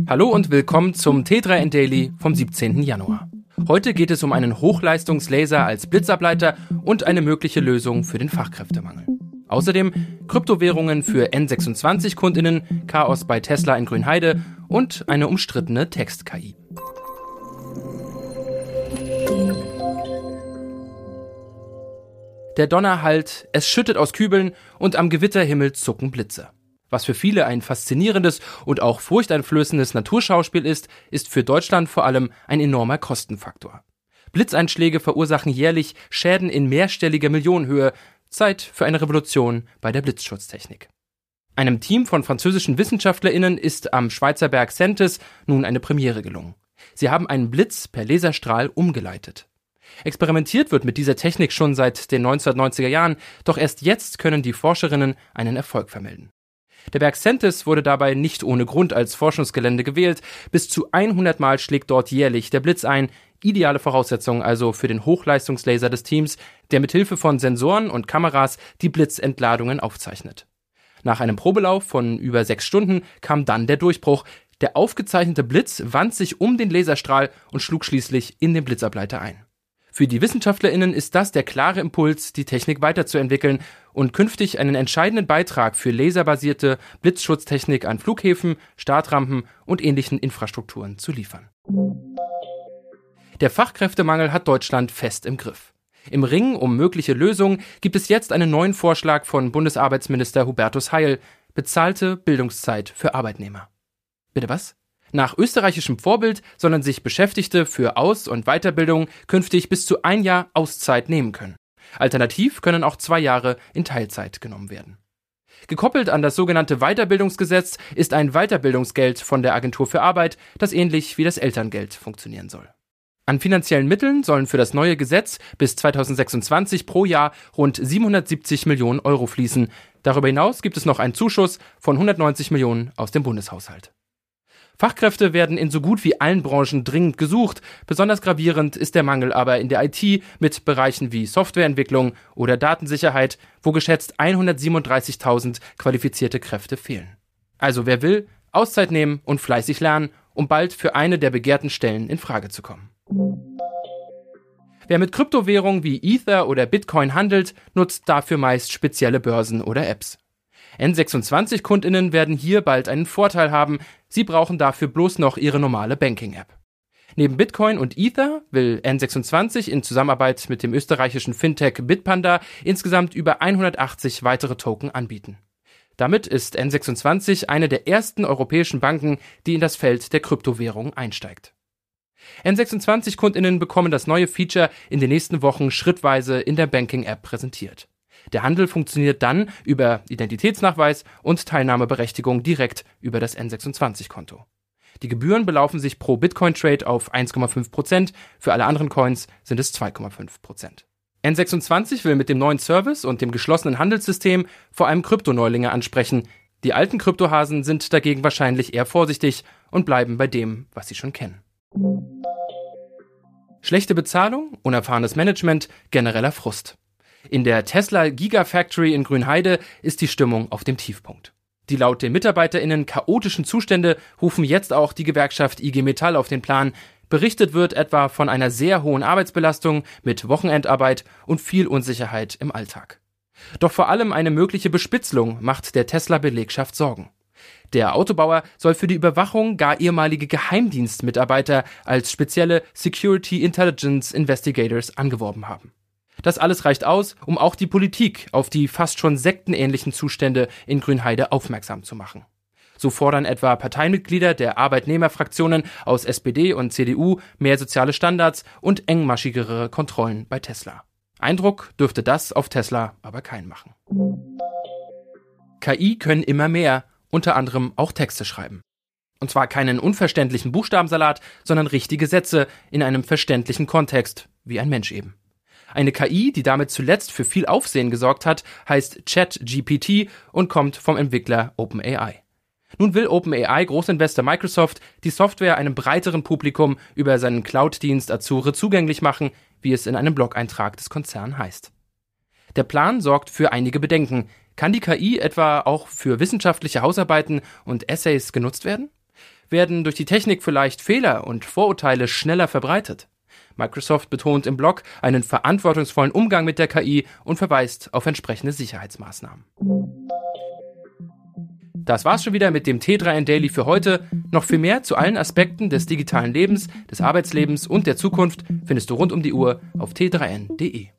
Hallo und willkommen zum T3N Daily vom 17. Januar. Heute geht es um einen Hochleistungslaser als Blitzableiter und eine mögliche Lösung für den Fachkräftemangel. Außerdem Kryptowährungen für N26-KundInnen, Chaos bei Tesla in Grünheide und eine umstrittene Text-KI. Der Donner hallt, es schüttet aus Kübeln und am Gewitterhimmel zucken Blitze. Was für viele ein faszinierendes und auch furchteinflößendes Naturschauspiel ist für Deutschland vor allem ein enormer Kostenfaktor. Blitzeinschläge verursachen jährlich Schäden in mehrstelliger Millionenhöhe. Zeit für eine Revolution bei der Blitzschutztechnik. Einem Team von französischen WissenschaftlerInnen ist am Schweizer Berg Sentes nun eine Premiere gelungen. Sie haben einen Blitz per Laserstrahl umgeleitet. Experimentiert wird mit dieser Technik schon seit den 1990er Jahren, doch erst jetzt können die Forscherinnen einen Erfolg vermelden. Der Berg Sentes wurde dabei nicht ohne Grund als Forschungsgelände gewählt. Bis zu 100 Mal schlägt dort jährlich der Blitz ein. Ideale Voraussetzungen also für den Hochleistungslaser des Teams, der mit Hilfe von Sensoren und Kameras die Blitzentladungen aufzeichnet. Nach einem Probelauf von über 6 Stunden kam dann der Durchbruch. Der aufgezeichnete Blitz wand sich um den Laserstrahl und schlug schließlich in den Blitzableiter ein. Für die WissenschaftlerInnen ist das der klare Impuls, die Technik weiterzuentwickeln und künftig einen entscheidenden Beitrag für laserbasierte Blitzschutztechnik an Flughäfen, Startrampen und ähnlichen Infrastrukturen zu liefern. Der Fachkräftemangel hat Deutschland fest im Griff. Im Ringen um mögliche Lösungen gibt es jetzt einen neuen Vorschlag von Bundesarbeitsminister Hubertus Heil: bezahlte Bildungszeit für Arbeitnehmer. Bitte was? Nach österreichischem Vorbild sollen sich Beschäftigte für Aus- und Weiterbildung künftig bis zu 1 Jahr Auszeit nehmen können. Alternativ können auch 2 Jahre in Teilzeit genommen werden. Gekoppelt an das sogenannte Weiterbildungsgesetz ist ein Weiterbildungsgeld von der Agentur für Arbeit, das ähnlich wie das Elterngeld funktionieren soll. An finanziellen Mitteln sollen für das neue Gesetz bis 2026 pro Jahr rund 770 Millionen Euro fließen. Darüber hinaus gibt es noch einen Zuschuss von 190 Millionen aus dem Bundeshaushalt. Fachkräfte werden in so gut wie allen Branchen dringend gesucht. Besonders gravierend ist der Mangel aber in der IT mit Bereichen wie Softwareentwicklung oder Datensicherheit, wo geschätzt 137.000 qualifizierte Kräfte fehlen. Also wer will, Auszeit nehmen und fleißig lernen, um bald für eine der begehrten Stellen in Frage zu kommen. Wer mit Kryptowährungen wie Ether oder Bitcoin handelt, nutzt dafür meist spezielle Börsen oder Apps. N26-KundInnen werden hier bald einen Vorteil haben. Sie brauchen dafür bloß noch ihre normale Banking-App. Neben Bitcoin und Ether will N26 in Zusammenarbeit mit dem österreichischen Fintech Bitpanda insgesamt über 180 weitere Token anbieten. Damit ist N26 eine der ersten europäischen Banken, die in das Feld der Kryptowährung einsteigt. N26-KundInnen bekommen das neue Feature in den nächsten Wochen schrittweise in der Banking-App präsentiert. Der Handel funktioniert dann über Identitätsnachweis und Teilnahmeberechtigung direkt über das N26-Konto. Die Gebühren belaufen sich pro Bitcoin-Trade auf 1,5%, für alle anderen Coins sind es 2,5%. N26 will mit dem neuen Service und dem geschlossenen Handelssystem vor allem Kryptoneulinge ansprechen. Die alten Kryptohasen sind dagegen wahrscheinlich eher vorsichtig und bleiben bei dem, was sie schon kennen. Schlechte Bezahlung, unerfahrenes Management, genereller Frust. In der Tesla Gigafactory in Grünheide ist die Stimmung auf dem Tiefpunkt. Die laut den MitarbeiterInnen chaotischen Zustände rufen jetzt auch die Gewerkschaft IG Metall auf den Plan. Berichtet wird etwa von einer sehr hohen Arbeitsbelastung mit Wochenendarbeit und viel Unsicherheit im Alltag. Doch vor allem eine mögliche Bespitzelung macht der Tesla-Belegschaft Sorgen. Der Autobauer soll für die Überwachung gar ehemalige Geheimdienstmitarbeiter als spezielle Security Intelligence Investigators angeworben haben. Das alles reicht aus, um auch die Politik auf die fast schon sektenähnlichen Zustände in Grünheide aufmerksam zu machen. So fordern etwa Parteimitglieder der Arbeitnehmerfraktionen aus SPD und CDU mehr soziale Standards und engmaschigere Kontrollen bei Tesla. Eindruck dürfte das auf Tesla aber keinen machen. KI können immer mehr, unter anderem auch Texte schreiben. Und zwar keinen unverständlichen Buchstabensalat, sondern richtige Sätze in einem verständlichen Kontext, wie ein Mensch eben. Eine KI, die damit zuletzt für viel Aufsehen gesorgt hat, heißt ChatGPT und kommt vom Entwickler OpenAI. Nun will OpenAI Großinvestor Microsoft die Software einem breiteren Publikum über seinen Cloud-Dienst Azure zugänglich machen, wie es in einem Blog-Eintrag des Konzerns heißt. Der Plan sorgt für einige Bedenken. Kann die KI etwa auch für wissenschaftliche Hausarbeiten und Essays genutzt werden? werden durch die Technik vielleicht Fehler und Vorurteile schneller verbreitet. Microsoft betont im Blog einen verantwortungsvollen Umgang mit der KI und verweist auf entsprechende Sicherheitsmaßnahmen. Das war's schon wieder mit dem T3N Daily für heute. Noch viel mehr zu allen Aspekten des digitalen Lebens, des Arbeitslebens und der Zukunft findest du rund um die Uhr auf t3n.de.